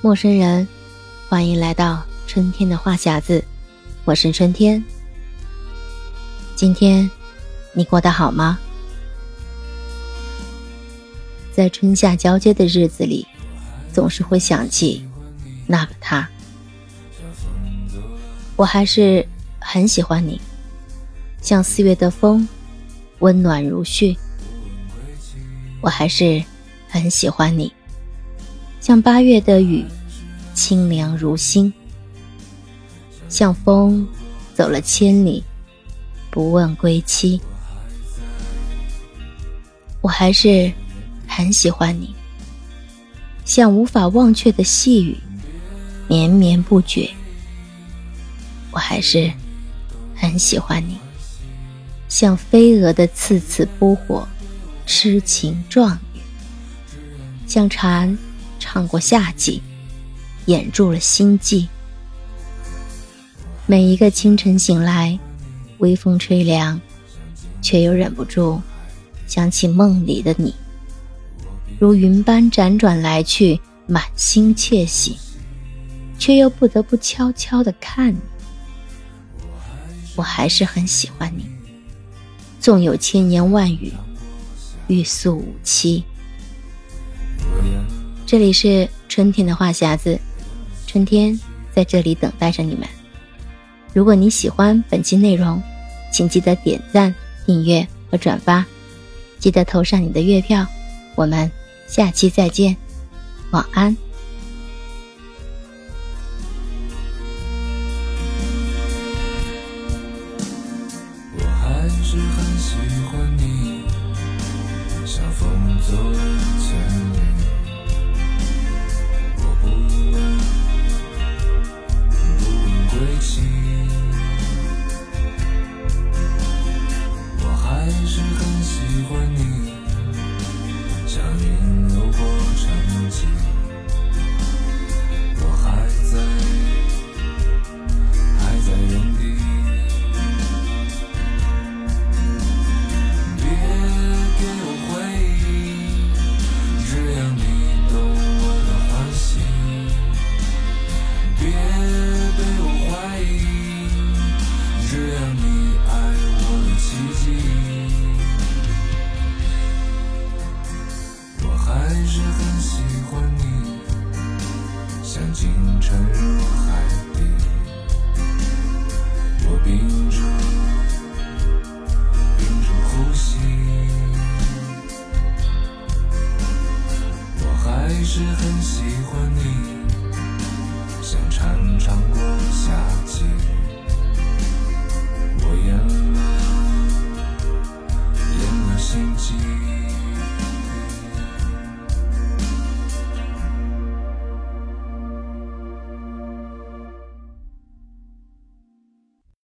陌生人，欢迎来到春天的话匣子，我是春天。今天你过得好吗？在春夏交接的日子里，总是会想起那个他。我还是很喜欢你，像4月的风，温暖如絮。我还是很喜欢你，像8月的雨，清凉如新。像风走了千里，不问归期。我还是很喜欢你，像无法忘却的细雨，绵绵不绝。我还是很喜欢你，像飞蛾的刺刺扑火，痴情壮语。像蝉唱过夏季，掩住了心悸。每一个清晨醒来，微风吹凉，却又忍不住想起梦里的你，如云般辗转来去，满心窃喜，却又不得不悄悄地看你。我还是很喜欢你，纵有千言万语，欲诉无期。这里是春天的话匣子，春天在这里等待着你们。如果你喜欢本期内容，请记得点赞、订阅和转发，记得投上你的月票。我们下期再见，晚安。 我还是很喜欢你，像风走了千里，我不问归期。我还是很喜欢你，像云流过成绩，我还在原地。别给我回忆，只要你懂我的欢喜。别对我怀疑，只要你爱我的奇迹。我还是很喜欢你，像清晨入海底，我屏住呼吸。我还是很喜欢你，